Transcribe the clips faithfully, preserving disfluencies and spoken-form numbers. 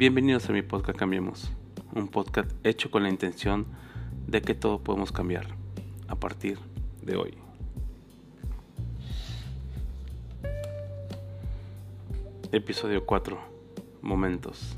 Bienvenidos a mi podcast Cambiemos, un podcast hecho con la intención de que todos podemos cambiar a partir de hoy. Episodio cuatro. Momentos.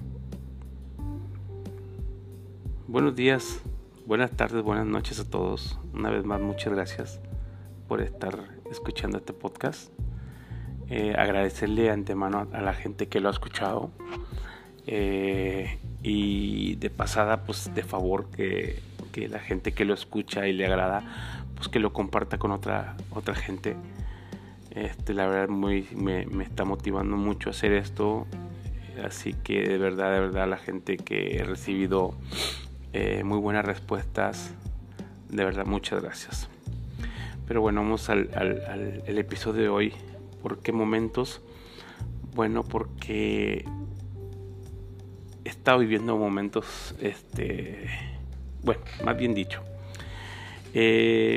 Buenos días, buenas tardes, buenas noches a todos. Una vez más, muchas gracias por estar escuchando este podcast. Eh, agradecerle de antemano a la gente que lo ha escuchado. Eh, y de pasada, pues de favor que, que la gente que lo escucha y le agrada, pues que lo comparta con otra otra gente. Este, la verdad muy me, me está motivando mucho a hacer esto, así que de verdad, de verdad la gente que he recibido eh, muy buenas respuestas, de verdad muchas gracias. Pero bueno, vamos al, al, al el episodio de hoy. ¿Por qué momentos? Bueno, porque he estado viviendo momentos, este, bueno, más bien dicho, eh,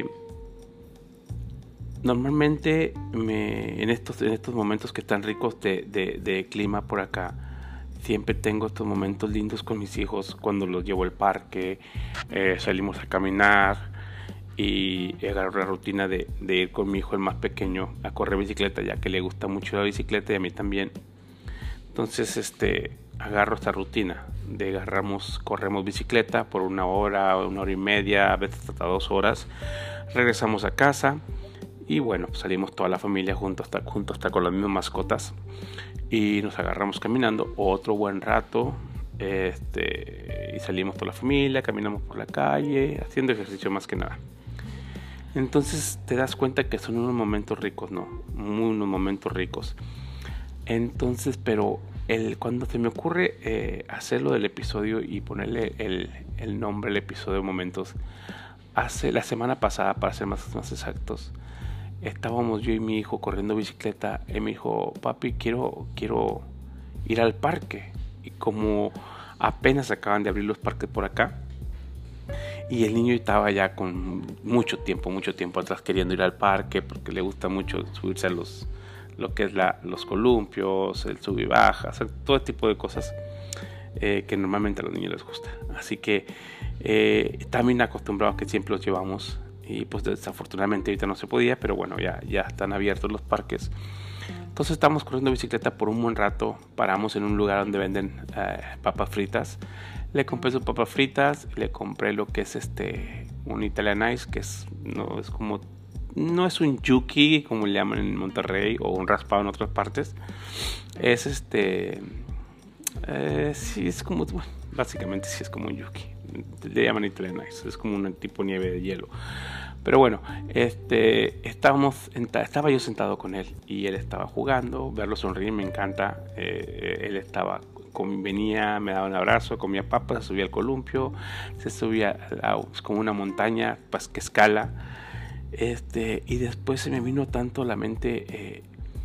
normalmente me, en estos en estos momentos que están ricos de, de, de clima por acá, siempre tengo estos momentos lindos con mis hijos cuando los llevo al parque, eh, salimos a caminar y agarro la rutina de, de ir con mi hijo el más pequeño a correr bicicleta, ya que le gusta mucho la bicicleta y a mí también. Entonces, este, agarro esta rutina de agarramos, corremos bicicleta por una hora, una hora y media, a veces hasta dos horas. Regresamos a casa y bueno, pues salimos toda la familia juntos, hasta, juntos hasta con las mismas mascotas y nos agarramos caminando otro buen rato. Este, y salimos toda la familia, caminamos por la calle, haciendo ejercicio más que nada. Entonces te das cuenta que son unos momentos ricos, ¿no? Muy unos momentos ricos. Entonces, pero el, cuando se me ocurre eh, hacerlo del episodio y ponerle el, el nombre al episodio de momentos, hace la semana pasada, para ser más, más exactos, estábamos yo y mi hijo corriendo bicicleta y me dijo, papi, quiero, quiero ir al parque. Y como apenas acaban de abrir los parques por acá, y el niño estaba ya con mucho tiempo, mucho tiempo atrás queriendo ir al parque porque le gusta mucho subirse a los, lo que es la, los columpios, el sub y baja, hacer todo tipo de cosas eh, que normalmente a los niños les gusta. Así que eh, también acostumbrados que siempre los llevamos y pues desafortunadamente ahorita no se podía, pero bueno, ya, ya están abiertos los parques. Entonces estamos corriendo bicicleta por un buen rato, paramos en un lugar donde venden eh, papas fritas. Le compré sus papas fritas, le compré lo que es este un Italian Ice, que es no es como no es un yuki como le llaman en Monterrey o un raspado en otras partes. Es este eh, sí es como bueno, básicamente sí es como un yuki. Le llaman Italian Ice, es como un tipo de nieve de hielo. Pero bueno, este, estábamos, estaba yo sentado con él y él estaba jugando, verlo sonreír me encanta. Eh, él estaba, venía, me daba un abrazo, comía papas, se subía al columpio, se subía a, como una montaña pues, que escala. Este, y después se me vino tanto a la mente eh,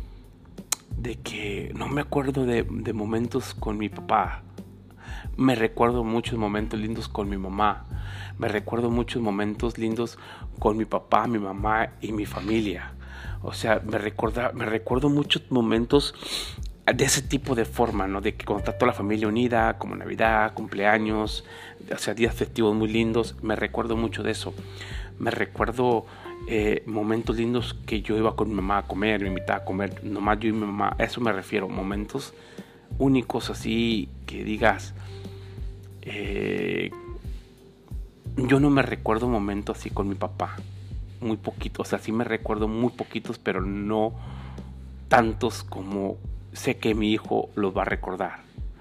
de que no me acuerdo de, de momentos con mi papá. Me recuerdo muchos momentos lindos con mi mamá. Me recuerdo muchos momentos lindos con mi papá, mi mamá y mi familia. O sea, me, recuerda, me recuerdo muchos momentos de ese tipo de forma, ¿no? De que cuando está toda la familia unida, como Navidad, cumpleaños, o sea, días festivos muy lindos. Me recuerdo mucho de eso. Me recuerdo eh, momentos lindos que yo iba con mi mamá a comer, me invitaba a comer, nomás yo y mi mamá. A eso me refiero, momentos únicos así que digas... Eh, yo no me recuerdo momentos así con mi papá, muy poquitos, o sea, sí me recuerdo muy poquitos, pero no tantos como sé que mi hijo los va a recordar.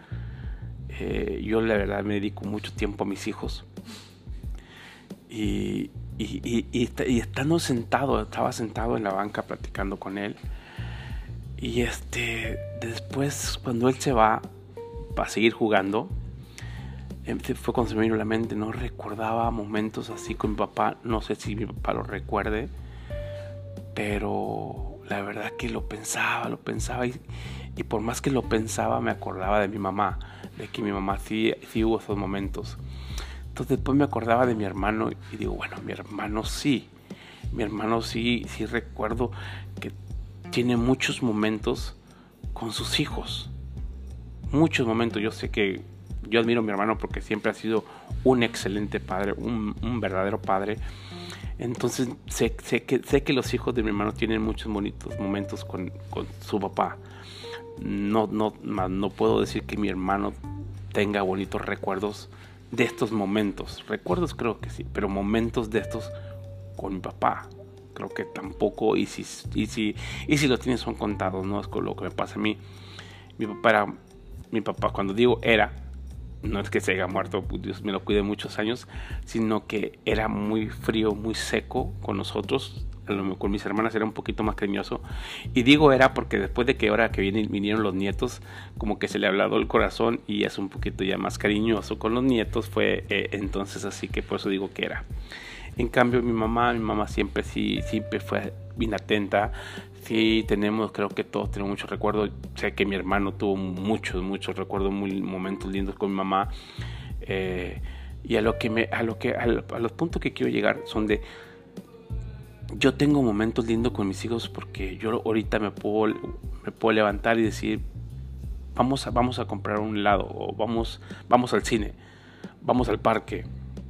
Eh, yo la verdad me dedico mucho tiempo a mis hijos y, y, y, y, y estando sentado, estaba sentado en la banca platicando con él y este después cuando él se va para seguir jugando, fue cuando se me vino a la mente, no recordaba momentos así con mi papá, no sé si mi papá lo recuerde, pero la verdad que lo pensaba, lo pensaba y, y por más que lo pensaba me acordaba de mi mamá, de que mi mamá sí, sí hubo esos momentos. Entonces después me acordaba de mi hermano y digo, bueno, mi hermano sí, mi hermano sí, sí recuerdo que tiene muchos momentos con sus hijos, muchos momentos. Yo sé que Yo admiro a mi hermano porque siempre ha sido un excelente padre, un, un verdadero padre. Entonces sé, sé, que, sé que los hijos de mi hermano tienen muchos bonitos momentos con, con su papá. No, no, no puedo decir que mi hermano tenga bonitos recuerdos de estos momentos. Recuerdos creo que sí, pero momentos de estos con mi papá creo que tampoco. Y si, y si, y si los tienen son contados, no es con lo que me pasa a mí. Mi papá era, mi papá cuando digo era, no es que se haya muerto, Dios me lo cuide muchos años, sino que era muy frío, muy seco con nosotros. Con mis hermanas era un poquito más cariñoso. Y digo era porque después de que ahora que vienen, vinieron los nietos, como que se le ha hablado el corazón y es un poquito ya más cariñoso con los nietos. Fue eh, entonces así que por eso digo que era. En cambio mi mamá, mi mamá siempre sí, siempre fue bien atenta. Sí tenemos, creo que todos tenemos muchos recuerdos. Sé que mi hermano tuvo muchos, muchos recuerdos, muy momentos lindos con mi mamá. Eh, y a lo que me, a lo que, a, a los puntos que quiero llegar son de yo tengo momentos lindos con mis hijos porque yo ahorita me puedo, me puedo levantar y decir vamos a, vamos a comprar un helado o vamos, vamos al cine, vamos al parque,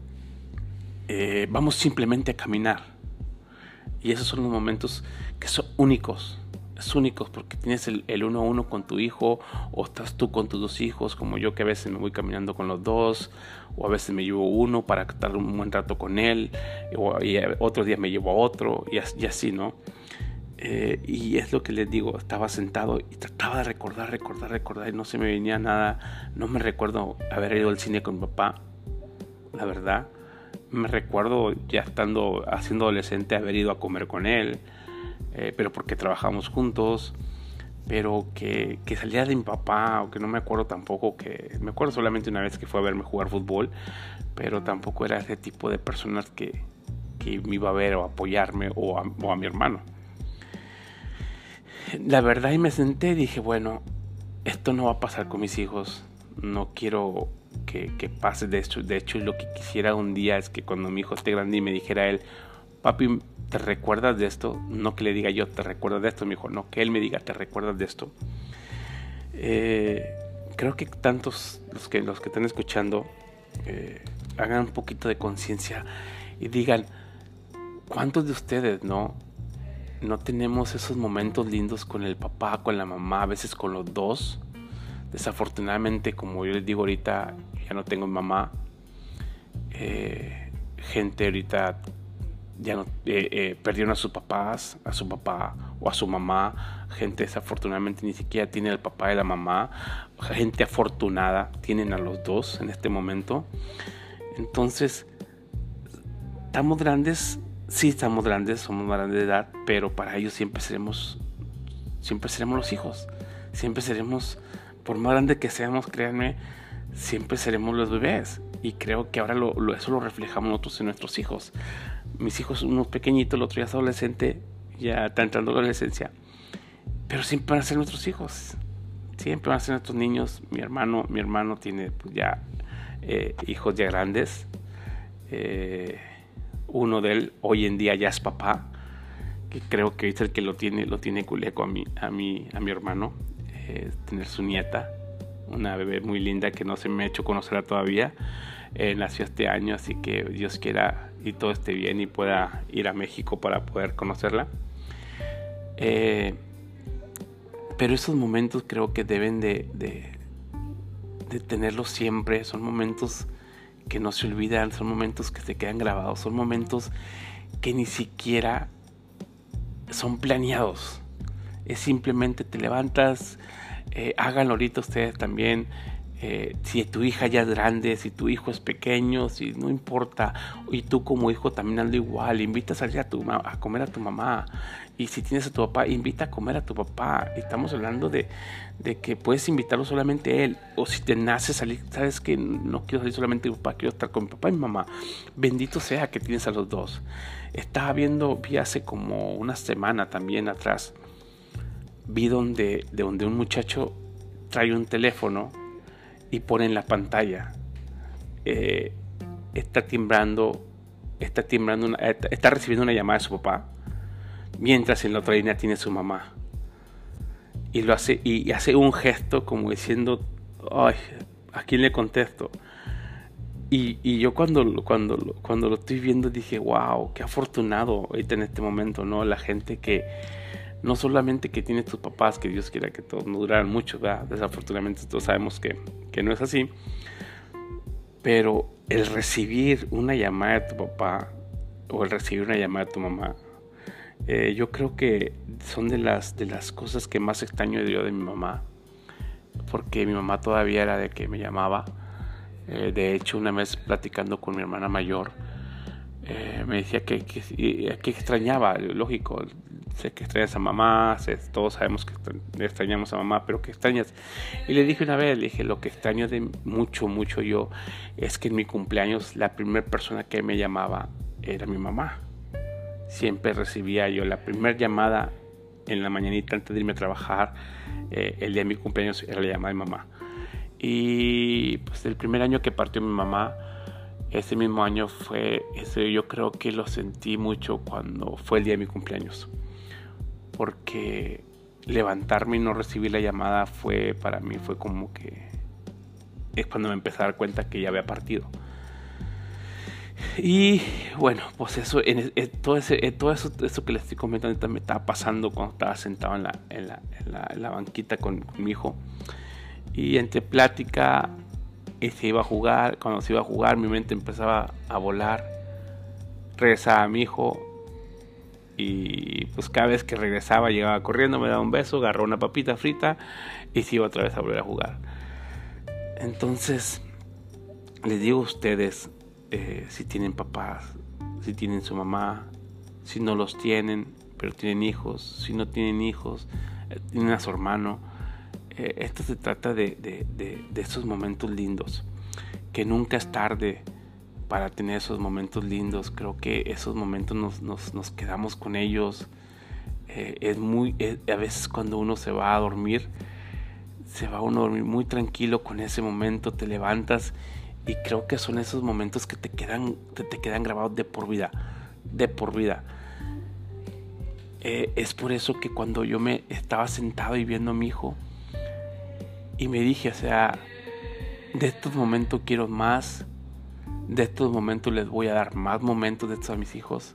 eh, vamos simplemente a caminar. Y esos son los momentos que son únicos, es únicos porque tienes el, el uno a uno con tu hijo o estás tú con tus dos hijos, como yo que a veces me voy caminando con los dos o a veces me llevo uno para estar un buen rato con él o, y otros días me llevo a otro y, y así, ¿no? Eh, y es lo que les digo, estaba sentado y trataba de recordar, recordar, recordar y no se me venía nada. No me recuerdo haber ido al cine con mi papá, la verdad. Me recuerdo ya estando, siendo adolescente, haber ido a comer con él, eh, pero porque trabajamos juntos, pero que, que salía de mi papá, o que no me acuerdo tampoco, que me acuerdo solamente una vez que fue a verme jugar fútbol, pero tampoco era ese tipo de personas que, que me iba a ver o a apoyarme o a, o a mi hermano. La verdad, y me senté y dije, bueno, esto no va a pasar con mis hijos, no quiero que, que pase de esto. De hecho, lo que quisiera un día es que cuando mi hijo esté grande y me dijera a él, papi, ¿te recuerdas de esto? No que le diga yo, ¿te recuerdas de esto? Mi hijo, no, que él me diga, ¿te recuerdas de esto? Eh, creo que tantos los que, los que están escuchando eh, hagan un poquito de conciencia y digan, ¿cuántos de ustedes no, no tenemos esos momentos lindos con el papá, con la mamá, a veces con los dos? Desafortunadamente, como yo les digo ahorita, ya no tengo mamá. Eh, gente ahorita ya no eh, eh, perdieron a sus papás, a su papá o a su mamá. Gente desafortunadamente ni siquiera tiene al papá y la mamá. Gente afortunada tienen a los dos en este momento. Entonces, estamos grandes, sí estamos grandes, somos grandes de edad, pero para ellos siempre seremos, siempre seremos los hijos, siempre seremos. Por más grande que seamos, créanme, siempre seremos los bebés. Y creo que ahora lo, lo, eso lo reflejamos nosotros en nuestros hijos. Mis hijos, uno pequeñito, el otro ya es adolescente, ya está entrando a la adolescencia. Pero siempre van a ser nuestros hijos. Siempre van a ser nuestros niños. Mi hermano, mi hermano tiene pues, ya eh, hijos ya grandes. Eh, uno de él hoy en día ya es papá. Que creo que es el que lo tiene, lo tiene culeco a mi, a mi, a mi hermano. Eh, tener su nieta, una bebé muy linda que no se me ha hecho conocerla todavía. Eh, nació este año, así que Dios quiera y todo esté bien y pueda ir a México para poder conocerla. Eh, pero esos momentos creo que deben de, de, de tenerlos siempre. Son momentos que no se olvidan, son momentos que se quedan grabados, son momentos que ni siquiera son planeados. Es simplemente te levantas, eh, háganlo ahorita ustedes también. Eh, si tu hija ya es grande, si tu hijo es pequeño, si no importa, y tú como hijo también hazlo igual, invita a salir a, tu, a comer a tu mamá, y si tienes a tu papá, invita a comer a tu papá. Estamos hablando de, de que puedes invitarlo solamente a él, o si te nace salir, sabes que no quiero salir solamente con mi papá, quiero estar con mi papá y mi mamá. Bendito sea que tienes a los dos. Estaba viendo, vi hace como una semana también atrás, vi donde, de donde un muchacho trae un teléfono y pone en la pantalla, eh, está timbrando, está timbrando, una, está recibiendo una llamada de su papá, mientras en la otra línea tiene su mamá, y lo hace y, y hace un gesto como diciendo, ay, ¿A quién le contesto? Y, y yo cuando, cuando, cuando lo estoy viendo dije, wow, qué afortunado ahorita en este momento, ¿no? La gente que no solamente que tiene tus papás, que Dios quiera que todos no duraran mucho, ¿verdad? Desafortunadamente todos sabemos que, que no es así. Pero el recibir una llamada de tu papá o el recibir una llamada de tu mamá, eh, yo creo que son de las, de las cosas que más extraño yo de mi mamá. Porque mi mamá todavía era de que me llamaba. Eh, de hecho, una vez platicando con mi hermana mayor, eh, me decía que, que, que extrañaba, lógico, sé que extrañas a mamá, sé, todos sabemos que extrañamos a mamá, pero que extrañas. Y le dije una vez, le dije, lo que extraño de mucho, mucho yo, es que en mi cumpleaños la primera persona que me llamaba era mi mamá. Siempre recibía yo la primera llamada en la mañanita antes de irme a trabajar, eh, el día de mi cumpleaños era la llamada de mamá. Y pues el primer año que partió mi mamá, ese mismo año fue, ese yo creo que lo sentí mucho cuando fue el día de mi cumpleaños. Porque levantarme y no recibir la llamada fue, para mí fue como que, es cuando me empecé a dar cuenta que ya había partido. Y bueno, pues eso, en, en, todo, ese, en todo eso, eso que les estoy comentando me estaba pasando cuando estaba sentado en la, en la, en la, en la banquita con, con mi hijo. Y entre plática y se iba a jugar, cuando se iba a jugar mi mente empezaba a volar, regresaba a mi hijo y pues cada vez que regresaba llegaba corriendo, me daba un beso, agarró una papita frita y se iba otra vez a volver a jugar. Entonces les digo a ustedes, eh, si tienen papás, si tienen su mamá, si no los tienen pero tienen hijos, si no tienen hijos, eh, tienen a su hermano. Eh, esto se trata de, de, de, de esos momentos lindos, que nunca es tarde para tener esos momentos lindos. Creo que esos momentos nos, nos, nos quedamos con ellos. Eh, es muy, es, a veces cuando uno se va a dormir, se va uno a dormir muy tranquilo con ese momento, te levantas y creo que son esos momentos que te quedan, te, te quedan grabados de por vida, de por vida. Eh, es por eso que cuando yo me estaba sentado y viendo a mi hijo, y me dije, o sea, de estos momentos quiero más, de estos momentos les voy a dar más momentos de estos a mis hijos,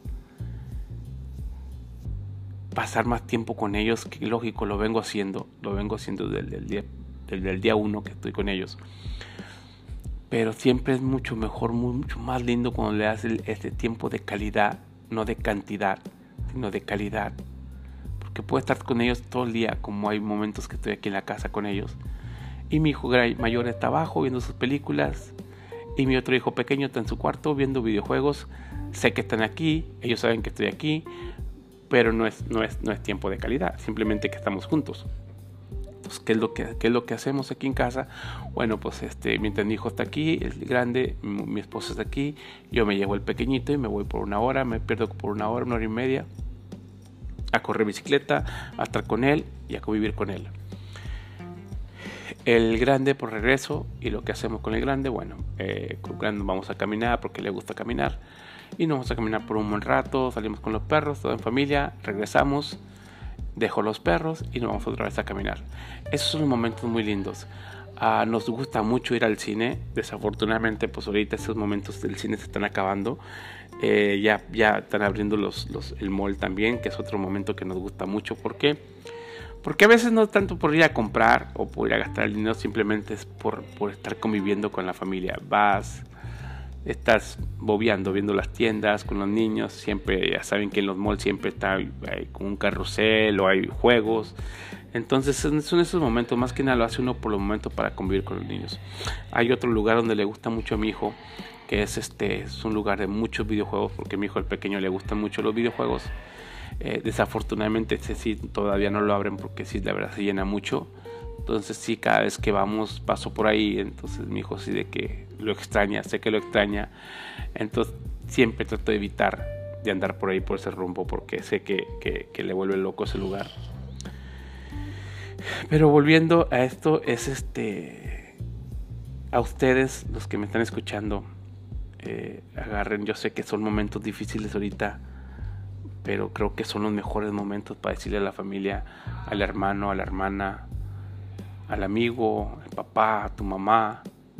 pasar más tiempo con ellos, que lógico, lo vengo haciendo, lo vengo haciendo desde el día, desde el día uno que estoy con ellos, pero siempre es mucho mejor, mucho más lindo cuando le das el, este tiempo de calidad, no de cantidad, sino de calidad, porque puedo estar con ellos todo el día, como hay momentos que estoy aquí en la casa con ellos. Y mi hijo mayor está abajo viendo sus películas. Y mi otro hijo pequeño está en su cuarto viendo videojuegos. Sé que están aquí, ellos saben que estoy aquí, pero no es, no es, no es tiempo de calidad, simplemente que estamos juntos. Entonces, ¿qué es lo que, qué es lo que hacemos aquí en casa? Bueno, pues este, mientras mi hijo está aquí, el grande, mi, mi esposa está aquí, yo me llevo el pequeñito y me voy por una hora, me pierdo por una hora, una hora y media, a correr bicicleta, a estar con él y a convivir con él. El grande por regreso, y lo que hacemos con el grande, bueno, eh, con el grande vamos a caminar porque le gusta caminar y nos vamos a caminar por un buen rato, salimos con los perros, todo en familia, regresamos, dejo los perros y nos vamos otra vez a caminar. Esos son momentos muy lindos. Uh, nos gusta mucho ir al cine, desafortunadamente pues ahorita esos momentos del cine se están acabando, eh, ya, ya están abriendo los, los, el mall también, que es otro momento que nos gusta mucho. ¿Por qué? Porque a veces no es tanto por ir a comprar o por ir a gastar el dinero, simplemente es por, por estar conviviendo con la familia. Vas, estás bobeando, viendo las tiendas con los niños. Siempre, ya saben que en los malls siempre está hay, hay un carrusel o hay juegos. Entonces son esos momentos, más que nada lo hace uno por los momentos para convivir con los niños. Hay otro lugar donde le gusta mucho a mi hijo, que es este es un lugar de muchos videojuegos, porque a mi hijo el pequeño le gustan mucho los videojuegos. Eh, desafortunadamente ese sí todavía no lo abren porque sí la verdad se llena mucho. Entonces sí, cada vez que vamos paso por ahí, entonces mi hijo sí de que lo extraña, sé que lo extraña, entonces siempre trato de evitar de andar por ahí por ese rumbo porque sé que, que, que le vuelve loco ese lugar. Pero volviendo a esto, es este a ustedes los que me están escuchando, eh, agarren, yo sé que son momentos difíciles ahorita, pero creo que son los mejores momentos para decirle a la familia, al hermano, a la hermana, al amigo, al papá, a tu mamá,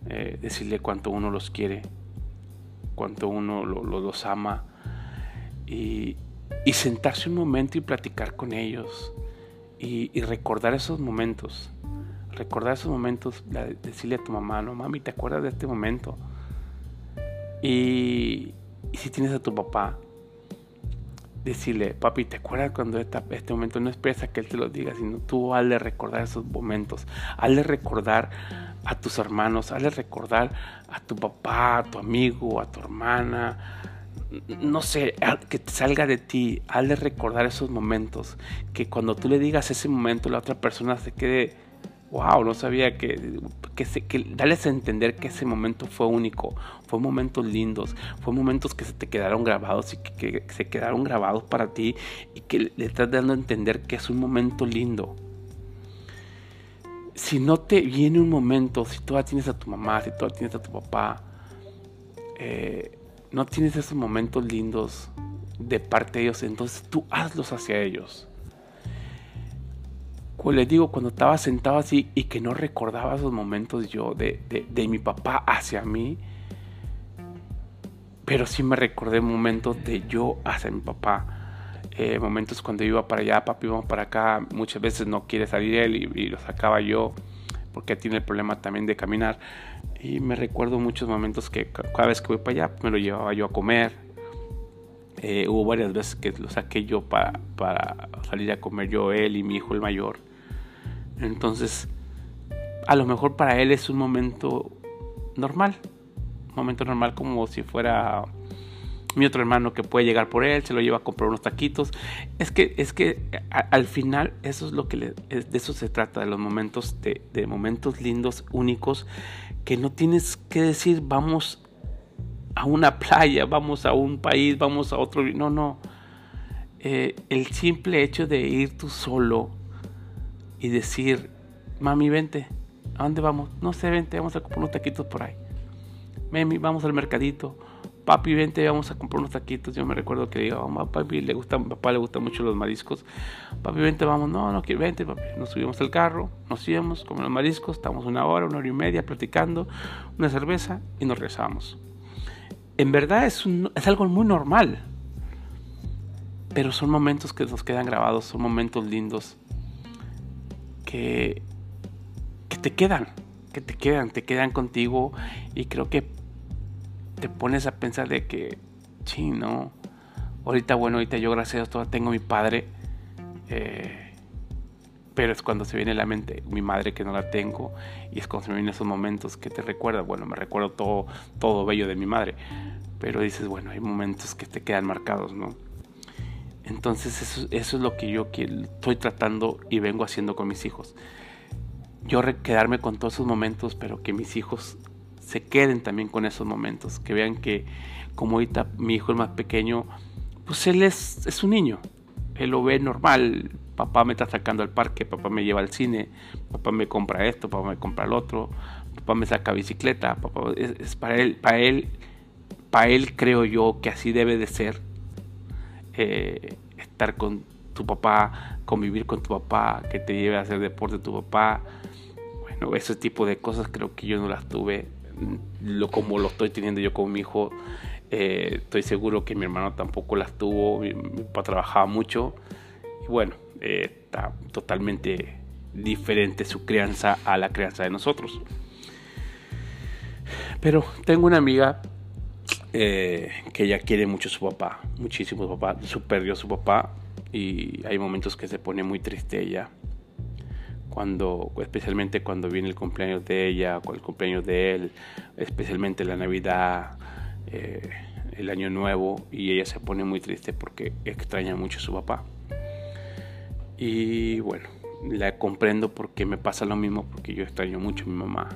eh, decirle cuánto uno los quiere, cuánto uno lo, lo, los ama, y, y sentarse un momento y platicar con ellos y, y recordar esos momentos, recordar esos momentos, la, decirle a tu mamá, no mami, ¿te acuerdas de este momento? Y, y si tienes a tu papá, decirle, papi, ¿te acuerdas cuando esta, este momento? No esperes a que él te lo diga, sino tú hazle recordar esos momentos, hazle recordar a tus hermanos, hazle recordar a tu papá, a tu amigo, a tu hermana, no sé, que te salga de ti, hazle recordar esos momentos, que cuando tú le digas ese momento, la otra persona se quede, wow, no sabía que, que, se, que darles a entender que ese momento fue único, fue momentos lindos, fue momentos que se te quedaron grabados y que, que se quedaron grabados para ti, y que le estás dando a entender que es un momento lindo. Si no te viene un momento, si tú tienes a tu mamá, si tú tienes a tu papá, eh, no tienes esos momentos lindos de parte de ellos, entonces tú hazlos hacia ellos. Como les digo, cuando estaba sentado así y que no recordaba esos momentos yo de, de, de mi papá hacia mí, pero sí me recordé momentos de yo hacia mi papá. Eh, momentos cuando iba para allá, papi, vamos para acá, muchas veces no quiere salir él y, y lo sacaba yo, porque tiene el problema también de caminar. Y me recuerdo muchos momentos que cada vez que voy para allá me lo llevaba yo a comer. Eh, hubo varias veces que lo saqué yo para, para salir a comer yo, él y mi hijo el mayor. Entonces, a lo mejor para él es un momento normal, un momento normal, como si fuera mi otro hermano que puede llegar por él, se lo lleva a comprar unos taquitos. Es que, es que a, al final eso es lo que le, es, de eso se trata, de los momentos, de, de momentos lindos, únicos, que no tienes que decir vamos a una playa, vamos a un país, vamos a otro, no, no. Eh, el simple hecho de ir tú solo y decir, mami, vente, ¿a dónde vamos? No sé, vente, vamos a comprar unos taquitos por ahí. Mami, vamos al mercadito. Papi, vente, vamos a comprar unos taquitos. Yo me recuerdo que digo, a papi le gusta, a mi papá le gustan mucho los mariscos. Papi, vente, vamos. No, no, que vente, papi. Nos subimos al carro, nos íbamos, comemos los mariscos, estamos una hora, una hora y media platicando, una cerveza y nos regresamos. En verdad es, un, es algo muy normal, pero son momentos que nos quedan grabados, son momentos lindos que, que te quedan, que te quedan, te quedan contigo, y creo que te pones a pensar de que, sí, no, ahorita, bueno, ahorita yo gracias a Dios todavía tengo a mi padre, eh, pero es cuando se viene a la mente mi madre que no la tengo, y es cuando se me vienen esos momentos que te recuerda, bueno, me recuerdo todo, todo bello de mi madre, pero dices, bueno, hay momentos que te quedan marcados, ¿no? Entonces eso, eso es lo que yo quiero, estoy tratando y vengo haciendo con mis hijos. Yo re- quedarme con todos esos momentos, pero que mis hijos se queden también con esos momentos, que vean que como ahorita mi hijo el más pequeño, pues él es, es un niño, él lo ve normal, papá me está sacando al parque, papá me lleva al cine, papá me compra esto, papá me compra el otro, papá me saca bicicleta, papá, es, es para él, para él, para él creo yo que así debe de ser, eh, estar con tu papá, convivir con tu papá, que te lleve a hacer deporte tu papá. Bueno, ese tipo de cosas creo que yo no las tuve, lo como lo estoy teniendo yo con mi hijo. Eh, estoy seguro que mi hermano tampoco las tuvo, mi, mi papá trabajaba mucho, y bueno, eh, está totalmente diferente su crianza a la crianza de nosotros. Pero tengo una amiga eh, que ella quiere mucho a su papá, muchísimo a su papá, su perdió a su papá, y hay momentos que se pone muy triste ella, cuando, especialmente cuando viene el cumpleaños de ella o el cumpleaños de él, especialmente la Navidad, eh, el Año Nuevo, y ella se pone muy triste porque extraña mucho a su papá. Y bueno, la comprendo porque me pasa lo mismo, porque yo extraño mucho a mi mamá.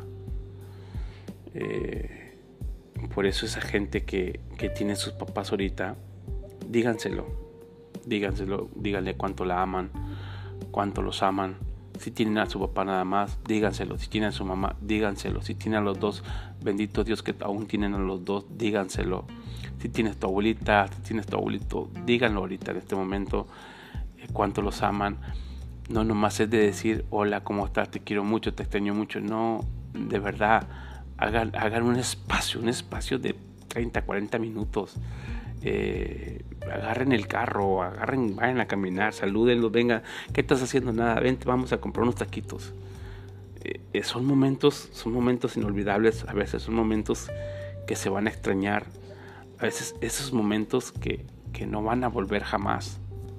Eh, por eso esa gente que, que tiene sus papás ahorita, díganselo, díganselo, díganle cuánto la aman, cuánto los aman. Si tienen a su papá nada más, díganselo. Si tienen a su mamá, díganselo. Si tienen a los dos, bendito Dios que aún tienen a los dos, díganselo. Si tienes tu abuelita, si tienes tu abuelito, díganlo ahorita en este momento, eh, cuánto los aman. No nomás es de decir, hola, ¿cómo estás? Te quiero mucho, te extraño mucho. No, de verdad, hagan, hagan un espacio, un espacio de treinta, cuarenta minutos. Eh, agarren el carro, agarren, vayan a caminar, salúdenlos, venga, ¿qué estás haciendo? Nada, vente, vamos a comprar unos taquitos. Eh, son momentos, son momentos inolvidables, a veces son momentos que se van a extrañar, a veces esos momentos que, que no van a volver jamás.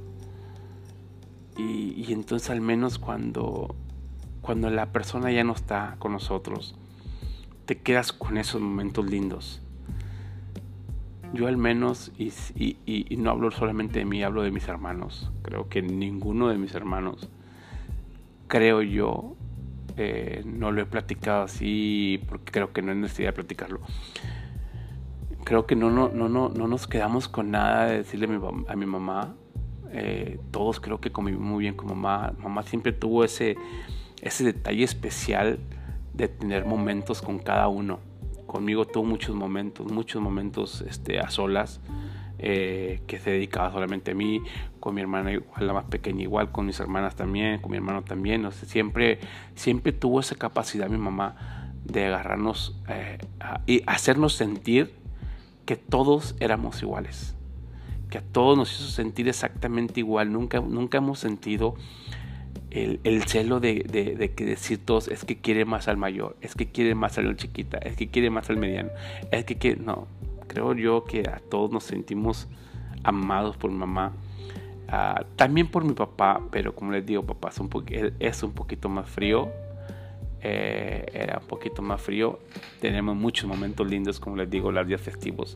Y, y entonces al menos cuando, cuando la persona ya no está con nosotros, te quedas con esos momentos lindos. Yo al menos, y, y, y no hablo solamente de mí, hablo de mis hermanos. Creo que ninguno de mis hermanos, creo yo, eh, no lo he platicado así, porque creo que no es necesidad de platicarlo. Creo que no, no, no, no, no nos quedamos con nada de decirle a mi, a mi mamá. Eh, todos creo que convivimos muy bien con mamá. Mamá siempre tuvo ese, ese detalle especial de tener momentos con cada uno. Conmigo tuvo muchos momentos, muchos momentos este, a solas, eh, que se dedicaba solamente a mí, con mi hermana igual, la más pequeña igual, con mis hermanas también, con mi hermano también. O sea, siempre, siempre tuvo esa capacidad mi mamá de agarrarnos eh, a, y hacernos sentir que todos éramos iguales, que a todos nos hizo sentir exactamente igual. Nunca, nunca hemos sentido el, el celo de, de, de que decir todos, es que quiere más al mayor, es que quiere más a la chiquita, es que quiere más al mediano, es que quiere... No, creo yo que a todos nos sentimos amados por mi mamá, uh, también por mi papá, pero como les digo, papá es un, po- es un poquito más frío, eh, era un poquito más frío. Tenemos muchos momentos lindos, como les digo, los días festivos.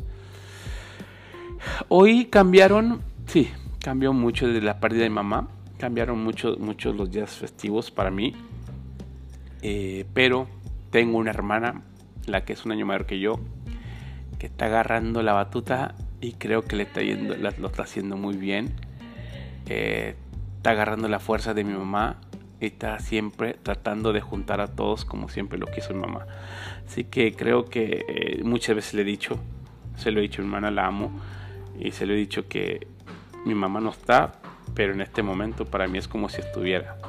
Hoy cambiaron, sí, cambió mucho desde la pérdida de mamá. Cambiaron mucho, mucho los días festivos para mí. Eh, pero tengo una hermana, la que es un año mayor que yo, que está agarrando la batuta y creo que le está yendo, lo está haciendo muy bien. Eh, está agarrando la fuerza de mi mamá y está siempre tratando de juntar a todos como siempre lo quiso mi mamá. Así que creo que eh, muchas veces le he dicho, se lo he dicho a mi hermana, la amo. Y se lo he dicho que mi mamá no está, pero en este momento para mí es como si estuviera.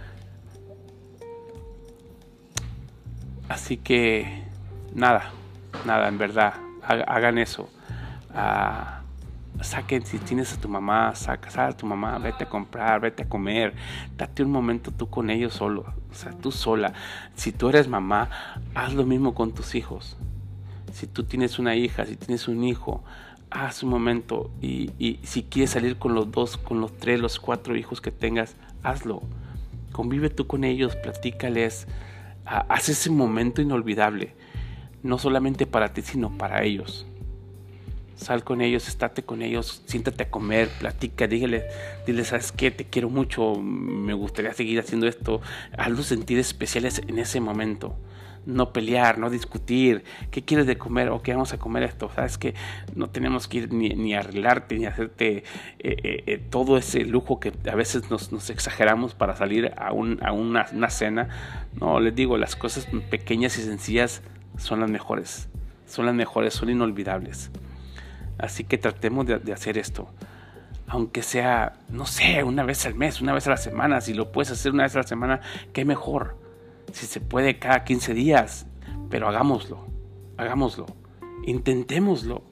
Así que nada, nada, en verdad, hagan eso. Uh, saquen, si tienes a tu mamá, saca, saca a tu mamá, vete a comprar, vete a comer, date un momento tú con ellos solo, o sea, tú sola. Si tú eres mamá, haz lo mismo con tus hijos. Si tú tienes una hija, si tienes un hijo, haz un momento. Y, y si quieres salir con los dos, con los tres, los cuatro hijos que tengas, hazlo. Convive tú con ellos, platícales, uh, haz ese momento inolvidable, no solamente para ti, sino para ellos. Sal con ellos, estate con ellos, siéntate a comer, platica, dígale, dile, ¿sabes qué? Te quiero mucho, me gustaría seguir haciendo esto. Hazlos sentir especiales en ese momento. No pelear, no discutir. ¿Qué quieres de comer? ¿O qué vamos a comer esto? ¿Sabes que no tenemos que ir ni, ni a arreglarte, ni a hacerte eh, eh, eh, todo ese lujo que a veces nos, nos exageramos para salir a, un, a una, una cena? No, les digo, las cosas pequeñas y sencillas son las mejores. Son las mejores, son inolvidables. Así que tratemos de, de hacer esto. Aunque sea, no sé, una vez al mes, una vez a la semana. Si lo puedes hacer una vez a la semana, qué mejor. Si se puede cada quince días. Pero hagámoslo. Hagámoslo. Intentémoslo.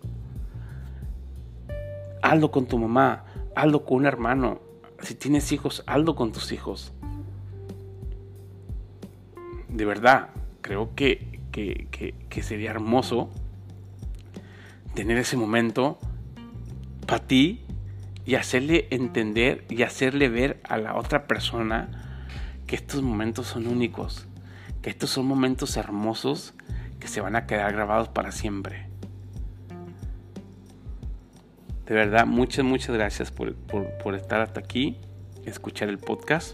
Hazlo con tu mamá. Hazlo con un hermano. Si tienes hijos, hazlo con tus hijos. De verdad, creo que, que, que, que sería hermoso tener ese momento para ti y hacerle entender y hacerle ver a la otra persona que estos momentos son únicos, que estos son momentos hermosos que se van a quedar grabados para siempre. De verdad, muchas, muchas gracias por, por, por estar hasta aquí, escuchar el podcast.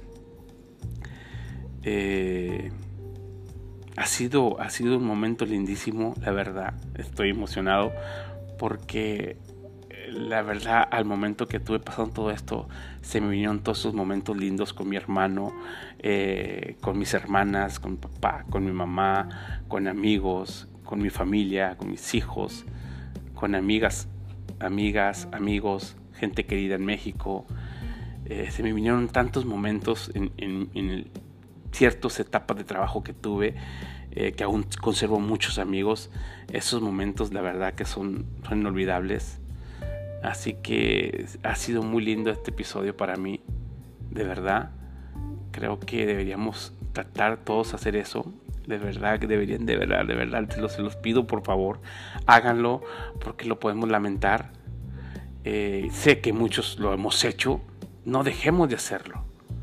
Eh, ha sido, ha sido un momento lindísimo, la verdad. Estoy emocionado porque la verdad, al momento que estuve pasando todo esto, se me vinieron todos esos momentos lindos con mi hermano, eh, con mis hermanas, con mi papá, con mi mamá, con amigos, con mi familia, con mis hijos, con amigas, amigas, amigos, gente querida en México. Eh, se me vinieron tantos momentos en, en, en ciertas etapas de trabajo que tuve. eh, que aún conservo muchos amigos. Esos momentos, la verdad que son, son inolvidables. Así que ha sido muy lindo este episodio para mí, de verdad. Creo que deberíamos tratar todos hacer eso. De verdad que deberían, de verdad, de verdad, se los, se los pido, por favor, háganlo, porque lo podemos lamentar. Eh, sé que muchos lo hemos hecho, no dejemos de hacerlo.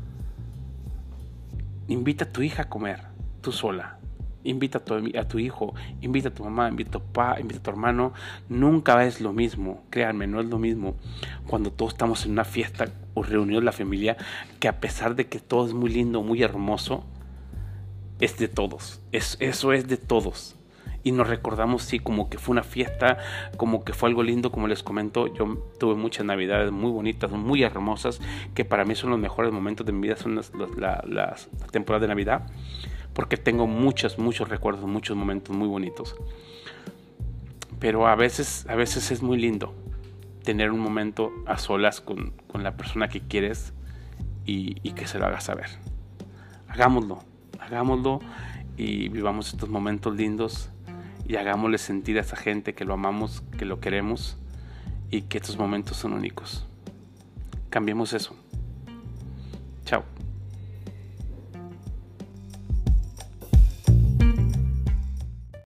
Invita a tu hija a comer, tú sola. Invita a tu, a tu hijo, invita a tu mamá, invita a tu papá, invita a tu hermano. Nunca es lo mismo, créanme, no es lo mismo cuando todos estamos en una fiesta o reunión de la familia, que a pesar de que todo es muy lindo, muy hermoso, es de todos, es, eso es de todos. Y nos recordamos, sí, como que fue una fiesta, como que fue algo lindo. Como les comento, yo tuve muchas navidades muy bonitas, muy hermosas, que para mí son los mejores momentos de mi vida, son las, las, las temporadas de Navidad, porque tengo muchos, muchos recuerdos, muchos momentos muy bonitos. Pero a veces, a veces es muy lindo tener un momento a solas con, con la persona que quieres y, y que se lo hagas saber. Hagámoslo, hagámoslo y vivamos estos momentos lindos y hagámosle sentir a esa gente que lo amamos, que lo queremos y que estos momentos son únicos. Cambiemos eso. Chao.